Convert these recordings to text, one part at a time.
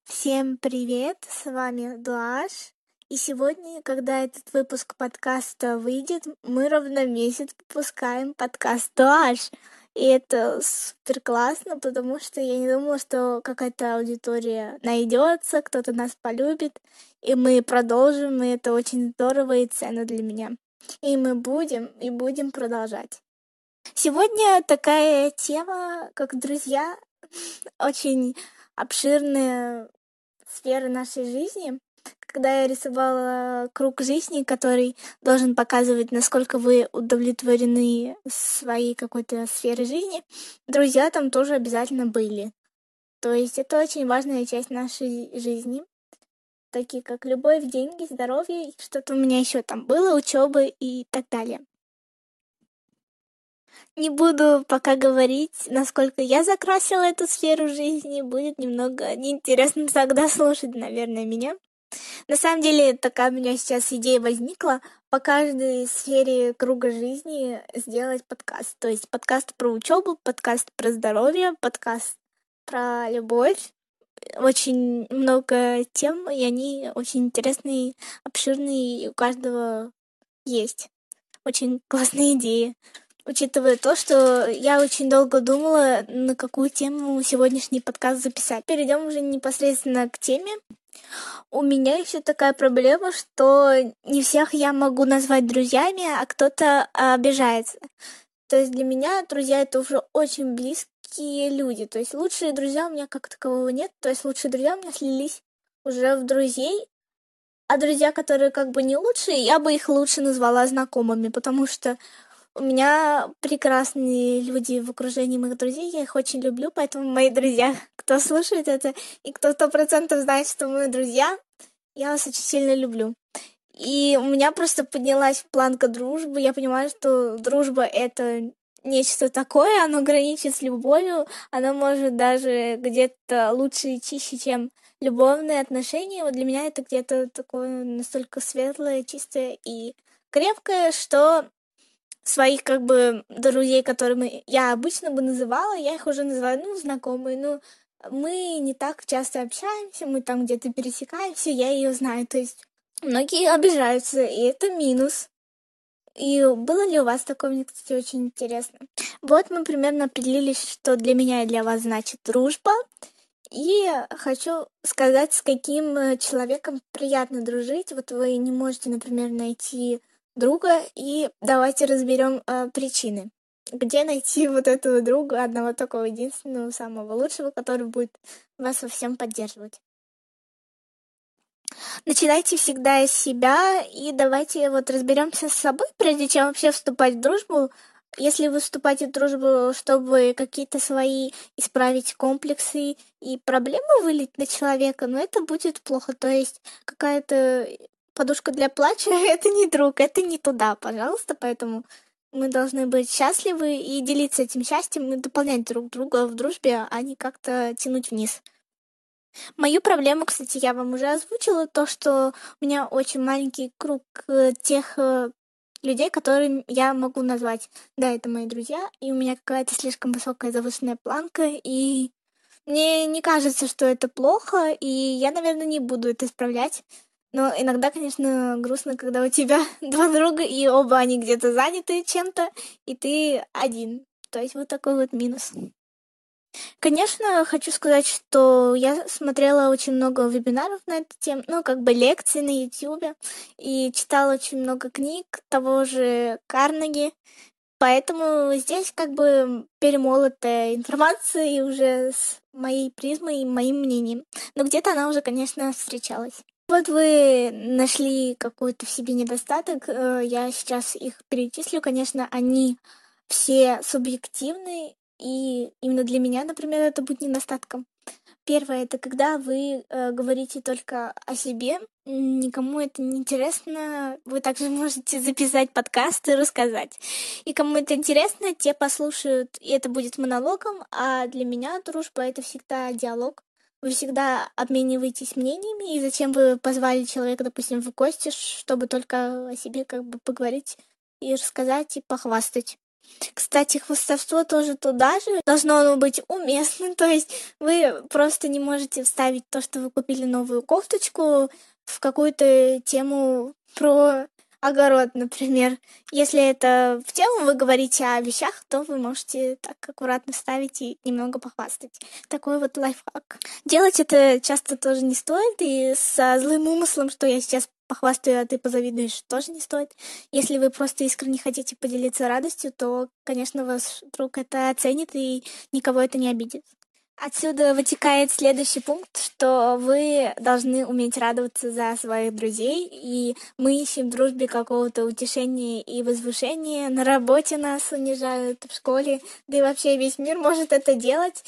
Всем привет, с вами Дуаш. И сегодня, когда этот выпуск подкаста выйдет, мы ровно месяц выпускаем подкаст Дуаш. И это супер классно, потому что я не думала, что какая-то аудитория найдется, кто-то нас полюбит, и мы продолжим, и это очень здорово и ценно для меня. И мы будем продолжать. Сегодня такая тема, как друзья, очень обширная сфера нашей жизни. Когда я рисовала круг жизни, который должен показывать, насколько вы удовлетворены своей какой-то сферой жизни, друзья там тоже обязательно были. То есть это очень важная часть нашей жизни, такие как любовь, деньги, здоровье, и что-то у меня еще там было, учеба и так далее. Не буду пока говорить, насколько я закрасила эту сферу жизни. Будет немного неинтересно тогда слушать, наверное, меня. На самом деле, такая у меня сейчас идея возникла по каждой сфере круга жизни сделать подкаст. То есть подкаст про учебу, подкаст про здоровье, подкаст про любовь. Очень много тем, и они очень интересные, обширные, и у каждого есть очень классные идеи. Учитывая то, что я очень долго думала, на какую тему сегодняшний подкаст записать. Перейдем уже непосредственно к теме. У меня еще такая проблема, что не всех я могу назвать друзьями, а кто-то обижается. То есть для меня друзья — это уже очень близкие люди. То есть лучшие друзья у меня как такового нет. То есть лучшие друзья у меня слились уже в друзей. А друзья, которые как бы не лучшие, я бы их лучше назвала знакомыми, потому что у меня прекрасные люди в окружении моих друзей, я их очень люблю, поэтому мои друзья, кто слушает это и кто 100% знает, что мы друзья, я вас очень сильно люблю. И у меня просто поднялась планка дружбы, я понимаю, что дружба — это нечто такое, оно граничит с любовью, оно может даже где-то лучше и чище, чем любовные отношения. Вот для меня это где-то такое настолько светлое, чистое и крепкое, что своих как бы друзей, которыми я обычно бы называла, я их уже называю, знакомые, мы не так часто общаемся, мы там где-то пересекаемся, я ее знаю, то есть многие обижаются, и это минус. И было ли у вас такое, мне, кстати, очень интересно. Вот мы примерно определились, что для меня и для вас значит дружба, и хочу сказать, с каким человеком приятно дружить. Вот вы не можете, например, найти друга, и давайте разберем причины. Где найти вот этого друга, одного такого единственного, самого лучшего, который будет вас во всем поддерживать? Начинайте всегда с себя, и давайте вот разберемся с собой, прежде чем вообще вступать в дружбу. Если вы вступаете в дружбу, чтобы какие-то свои исправить комплексы и проблемы вылить на человека, это будет плохо. То есть какая-то подушка для плача — это не друг, это не туда, пожалуйста. Поэтому мы должны быть счастливы и делиться этим счастьем, и дополнять друг друга в дружбе, а не как-то тянуть вниз. Мою проблему, кстати, я вам уже озвучила, то, что у меня очень маленький круг тех людей, которым я могу назвать. Да, это мои друзья, и у меня какая-то слишком высокая завышенная планка, и мне не кажется, что это плохо, и я, наверное, не буду это исправлять. Но иногда, конечно, грустно, когда у тебя два друга, и оба они где-то заняты чем-то, и ты один. То есть вот такой вот минус. Конечно, хочу сказать, что я смотрела очень много вебинаров на эту тему, как бы лекций на Ютубе, и читала очень много книг того же Карнеги, поэтому здесь как бы перемолотая информация и уже с моей призмой и моим мнением. Но где-то она уже, конечно, встречалась. Вот вы нашли какой-то в себе недостаток, я сейчас их перечислю, конечно, они все субъективны, и именно для меня, например, это будет недостатком. Первое — это когда вы говорите только о себе, никому это не интересно, вы также можете записать подкаст и рассказать. И кому это интересно, те послушают, и это будет монологом, а для меня дружба — это всегда диалог. Вы всегда обмениваетесь мнениями, и зачем вы позвали человека, допустим, в гости, чтобы только о себе как бы поговорить и рассказать, и похвастать. Кстати, хвастовство тоже туда же. Должно оно быть уместным, то есть вы просто не можете вставить то, что вы купили новую кофточку в какую-то тему про огород, например. Если это в тему вы говорите о вещах, то вы можете так аккуратно вставить и немного похвастать. Такой вот лайфхак. Делать это часто тоже не стоит, и со злым умыслом, что я сейчас похвастаю, а ты позавидуешь, тоже не стоит. Если вы просто искренне хотите поделиться радостью, то, конечно, ваш друг это оценит и никого это не обидит. Отсюда вытекает следующий пункт, что вы должны уметь радоваться за своих друзей, и мы ищем в дружбе какого-то утешения и возвышения. На работе нас унижают, в школе, да и вообще весь мир может это делать.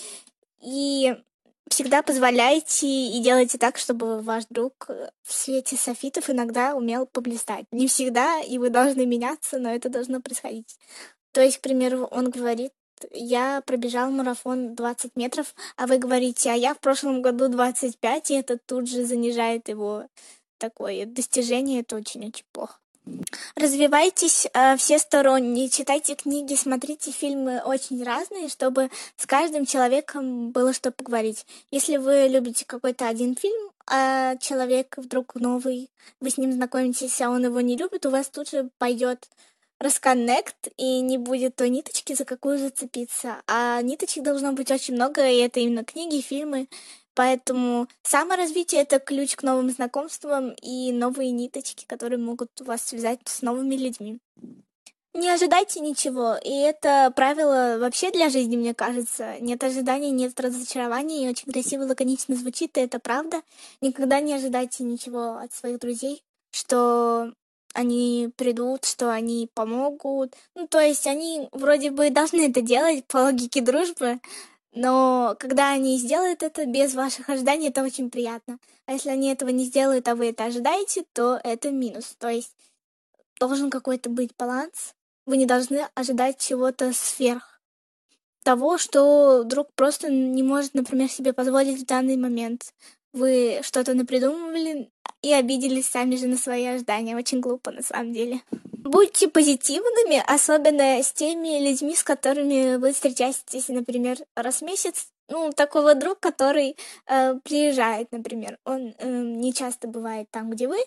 И всегда позволяйте и делайте так, чтобы ваш друг в свете софитов иногда умел поблистать. Не всегда, и вы должны меняться, но это должно происходить. То есть, к примеру, он говорит, я пробежал марафон 20 метров, а вы говорите, а я в прошлом году 25, и это тут же занижает его такое достижение, это очень-очень плохо. Развивайтесь всесторонне, читайте книги, смотрите фильмы очень разные, чтобы с каждым человеком было что поговорить. Если вы любите какой-то один фильм, а человек вдруг новый, вы с ним знакомитесь, а он его не любит, у вас тут же пойдет расконнект, и не будет той ниточки, за какую зацепиться. А ниточек должно быть очень много, и это именно книги, фильмы. Поэтому саморазвитие — это ключ к новым знакомствам и новые ниточки, которые могут вас связать с новыми людьми. Не ожидайте ничего, и это правило вообще для жизни, мне кажется. Нет ожиданий, нет разочарований, и очень красиво, лаконично звучит, и это правда. Никогда не ожидайте ничего от своих друзей, что они придут, что они помогут. Ну, то есть они вроде бы должны это делать по логике дружбы, но когда они сделают это без ваших ожиданий, это очень приятно. А если они этого не сделают, а вы это ожидаете, то это минус. То есть должен какой-то быть баланс. Вы не должны ожидать чего-то сверх того, что друг просто не может, например, себе позволить в данный момент. Вы что-то напридумывали и обиделись сами же на свои ожидания. Очень глупо, на самом деле. Будьте позитивными, особенно с теми людьми, с которыми вы встречаетесь, например, раз в месяц. Ну, такого друг, который приезжает, например. Он не часто бывает там, где вы,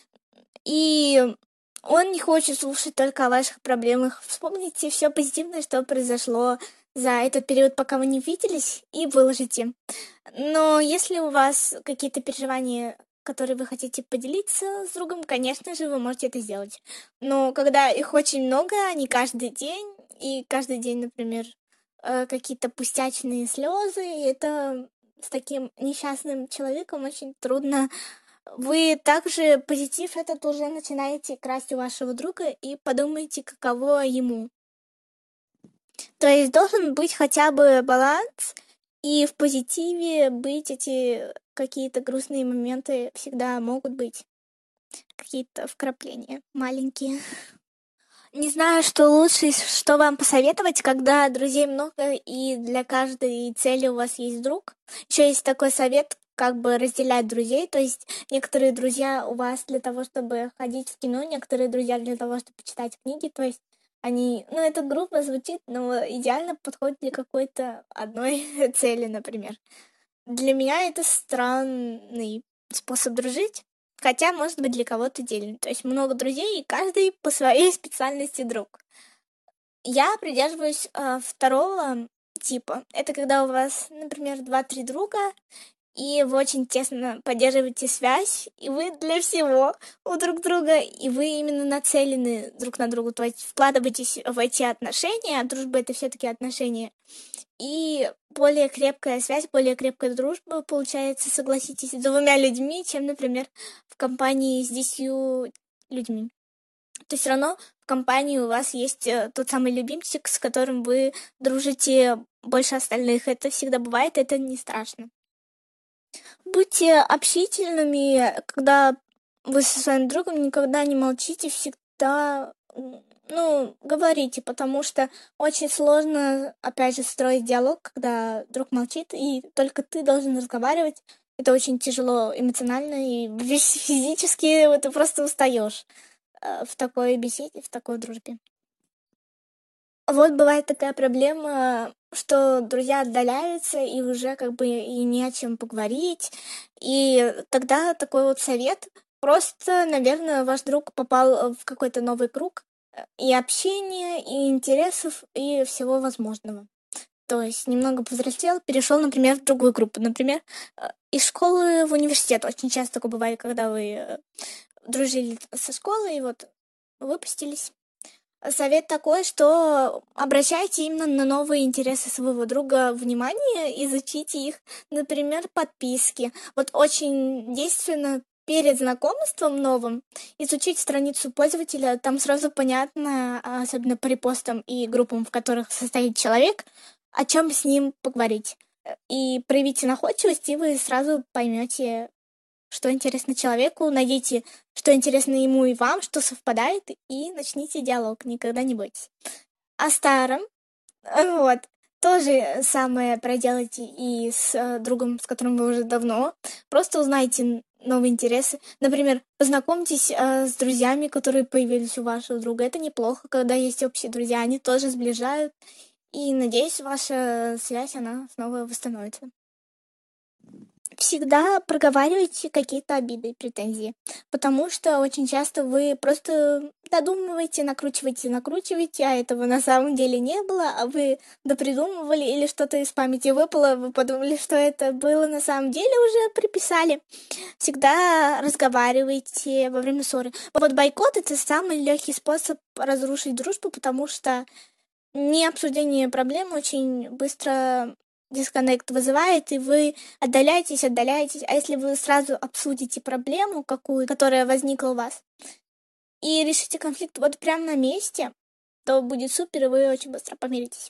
и он не хочет слушать только о ваших проблемах. Вспомните все позитивное, что произошло за этот период, пока вы не виделись, и выложите. Но если у вас какие-то переживания, которые вы хотите поделиться с другом, конечно же, вы можете это сделать. Но когда их очень много, не каждый день, и каждый день, например, какие-то пустячные слезы, это с таким несчастным человеком очень трудно. Вы также позитив этот уже начинаете красть у вашего друга и подумайте, каково ему. То есть должен быть хотя бы баланс, и в позитиве быть эти какие-то грустные моменты всегда могут быть. Какие-то вкрапления маленькие. Не знаю, что лучше, что вам посоветовать, когда друзей много и для каждой цели у вас есть друг. Еще есть такой совет, как бы разделять друзей, то есть некоторые друзья у вас для того, чтобы ходить в кино, некоторые друзья для того, чтобы читать книги, то есть они, ну это грубо звучит, но идеально подходит для какой-то одной цели, например. Для меня это странный способ дружить, хотя, может быть, для кого-то дельный. То есть много друзей, и каждый по своей специальности друг. Я придерживаюсь второго типа. Это когда у вас, например, два-три друга, и вы очень тесно поддерживаете связь, и вы для всего у друг друга, и вы именно нацелены друг на друга, то есть вкладываетесь в эти отношения, а дружба — это все-таки отношения. И более крепкая связь, более крепкая дружба получается, согласитесь, с двумя людьми, чем, например, в компании с 10 людьми. То есть все равно в компании у вас есть тот самый любимчик, с которым вы дружите больше остальных. Это всегда бывает, это не страшно. Будьте общительными, когда вы со своим другом, никогда не молчите, всегда, ну, говорите, потому что очень сложно, опять же, строить диалог, когда друг молчит, и только ты должен разговаривать. Это очень тяжело эмоционально и физически ты просто устаешь в такой беседе, в такой дружбе. Вот бывает такая проблема, что друзья отдаляются, и уже как бы и не о чем поговорить. И тогда такой вот совет. Просто, наверное, ваш друг попал в какой-то новый круг и общения, и интересов, и всего возможного. То есть немного повзрослел, перешел, например, в другую группу. Например, из школы в университет. Очень часто такое бывает, когда вы дружили со школы и вот выпустились. Совет такой, что обращайте именно на новые интересы своего друга внимание, изучите их, например, подписки. Вот очень действенно перед знакомством новым изучить страницу пользователя, там сразу понятно, особенно по репостам и группам, в которых состоит человек, о чем с ним поговорить. И проявите находчивость, и вы сразу поймете, что интересно человеку, найдите, что интересно ему и вам, что совпадает, и начните диалог, никогда не бойтесь. О старом, вот, тоже самое проделайте и с другом, с которым вы уже давно. Просто узнайте новые интересы. Например, познакомьтесь с друзьями, которые появились у вашего друга. Это неплохо, когда есть общие друзья, они тоже сближают. И надеюсь, ваша связь, она снова восстановится. Всегда проговаривайте какие-то обиды и претензии, потому что очень часто вы просто додумываете, накручиваете, а этого на самом деле не было, а вы допридумывали или что-то из памяти выпало, вы подумали, что это было на самом деле, уже приписали. Всегда разговаривайте во время ссоры. Вот бойкот — это самый легкий способ разрушить дружбу, потому что не обсуждение проблем очень быстро дисконнект вызывает, и вы отдаляетесь. А если вы сразу обсудите проблему какую, которая возникла у вас, и решите конфликт вот прямо на месте, то будет супер, и вы очень быстро помиритесь.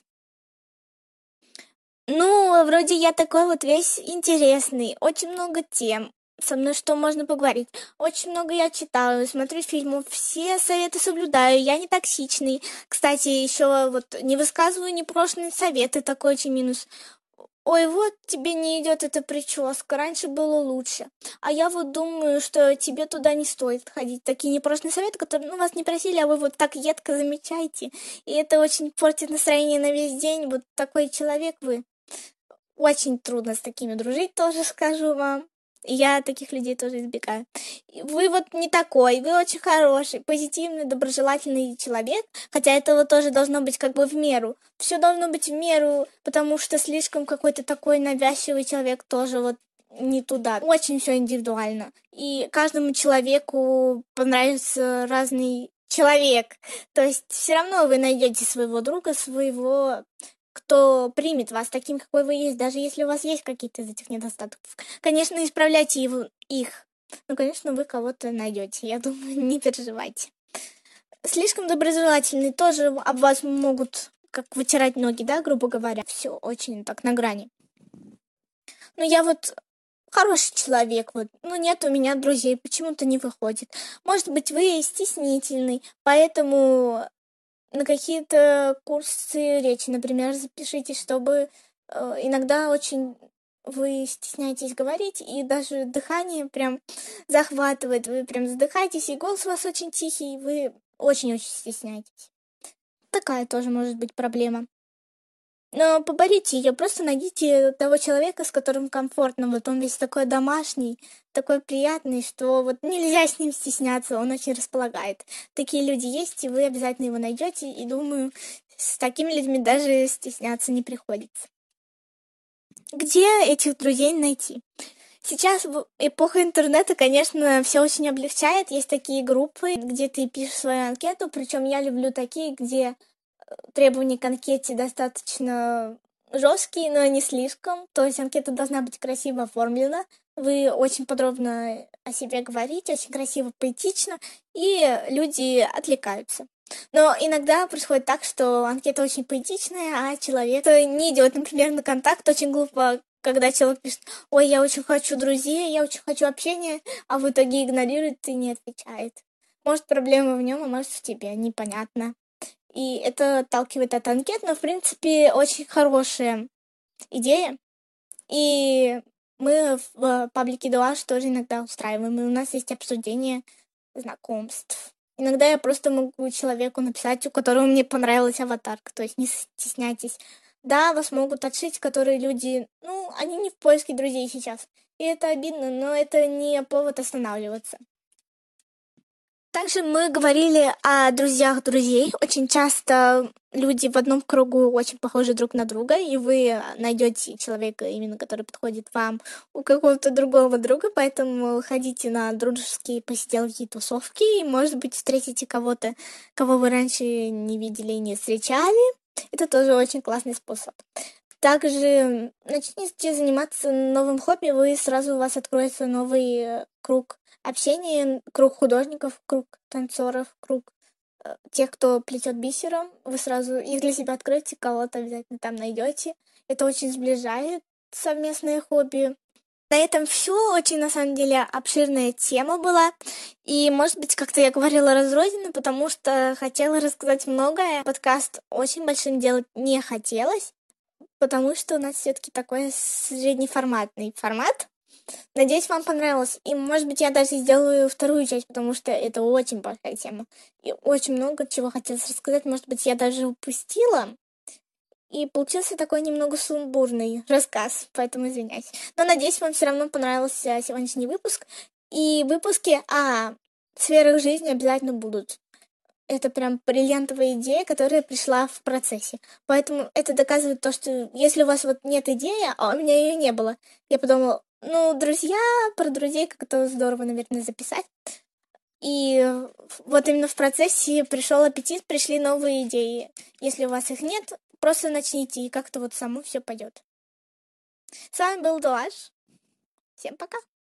Ну, вроде я такой вот весь интересный, очень много тем, со мной что можно поговорить. Очень много я читаю, смотрю фильмов, все советы соблюдаю, я не токсичный. Кстати, еще вот не высказываю непрошенные советы, такой очень минус. Ой, вот тебе не идет эта прическа, раньше было лучше. А я вот думаю, что тебе туда не стоит ходить. Такие непрошенные советы, которые вас не просили, а вы вот так едко замечаете. И это очень портит настроение на весь день. Вот такой человек вы. Очень трудно с такими дружить, тоже скажу вам. Я таких людей тоже избегаю. Вы вот не такой, вы очень хороший, позитивный, доброжелательный человек, хотя этого тоже должно быть как бы в меру. Все должно быть в меру, потому что слишком какой-то такой навязчивый человек тоже вот не туда. Очень все индивидуально. И каждому человеку понравится разный человек. То есть все равно вы найдете своего друга, своего, кто примет вас таким, какой вы есть, даже если у вас есть какие-то из этих недостатков. Конечно, исправляйте их. Ну, конечно, вы кого-то найдете, я думаю, не переживайте. Слишком доброжелательные тоже об вас могут как вытирать ноги, да, грубо говоря. Все очень так на грани. Но я вот хороший человек, вот, ну нет у меня друзей, почему-то не выходит. Может быть, вы стеснительный, поэтому на какие-то курсы речи, например, запишитесь, чтобы иногда очень вы стесняетесь говорить, и даже дыхание прям захватывает, вы прям задыхаетесь, и голос у вас очень тихий, вы очень-очень стесняетесь. Такая тоже может быть проблема. Но поборите ее, просто найдите того человека, с которым комфортно. Вот он весь такой домашний, такой приятный, что вот нельзя с ним стесняться, он очень располагает. Такие люди есть, и вы обязательно его найдете, и думаю, с такими людьми даже стесняться не приходится. Где этих друзей найти? Сейчас в эпоха интернета, конечно, все очень облегчает. Есть такие группы, где ты пишешь свою анкету, причем я люблю такие, где требования к анкете достаточно жесткие, но не слишком. То есть анкета должна быть красиво оформлена. Вы очень подробно о себе говорите, очень красиво, поэтично, и люди отвлекаются. Но иногда происходит так, что анкета очень поэтичная, а человек не идет, например, на контакт. Очень глупо, когда человек пишет: ой, я очень хочу друзей, я очень хочу общения, а в итоге игнорирует и не отвечает. Может, проблема в нем, а может, в тебе, непонятно. И это отталкивает от анкет, но, в принципе, очень хорошая идея. И мы в паблике Дуаш тоже иногда устраиваем, и у нас есть обсуждение знакомств. Иногда я просто могу человеку написать, у которого мне понравилась аватарка, то есть не стесняйтесь. Да, вас могут отшить, которые люди, ну, они не в поиске друзей сейчас. И это обидно, но это не повод останавливаться. Также мы говорили о друзьях друзей. Очень часто люди в одном кругу очень похожи друг на друга, и вы найдете человека, именно который подходит вам, у какого-то другого друга, поэтому ходите на дружеские посиделки и тусовки, и, может быть, встретите кого-то, кого вы раньше не видели и не встречали. Это тоже очень классный способ. Также начните заниматься новым хобби, у вас откроется новый круг общения, круг художников, круг танцоров, круг тех, кто плетет бисером. Вы сразу их для себя откроете, кого-то обязательно там найдете. Это очень сближает совместные хобби. На этом все. Очень, на самом деле, обширная тема была. И, может быть, как-то я говорила разрозненно, потому что хотела рассказать многое. Подкаст очень большим делать не хотелось, потому что у нас все-таки такой среднеформатный формат. Надеюсь, вам понравилось. И, может быть, я даже сделаю вторую часть, потому что это очень большая тема. И очень много чего хотелось рассказать. Может быть, я даже упустила. И получился такой немного сумбурный рассказ, поэтому извиняюсь. Но надеюсь, вам все равно понравился сегодняшний выпуск. И выпуски о сферах жизни обязательно будут. Это прям бриллиантовая идея, которая пришла в процессе. Поэтому это доказывает то, что если у вас вот нет идеи, а у меня ее не было, я подумала, ну, друзья, про друзей как-то здорово, наверное, записать. И вот именно в процессе пришел аппетит, пришли новые идеи. Если у вас их нет, просто начните, и как-то вот само все пойдет. С вами был Дуаш. Всем пока!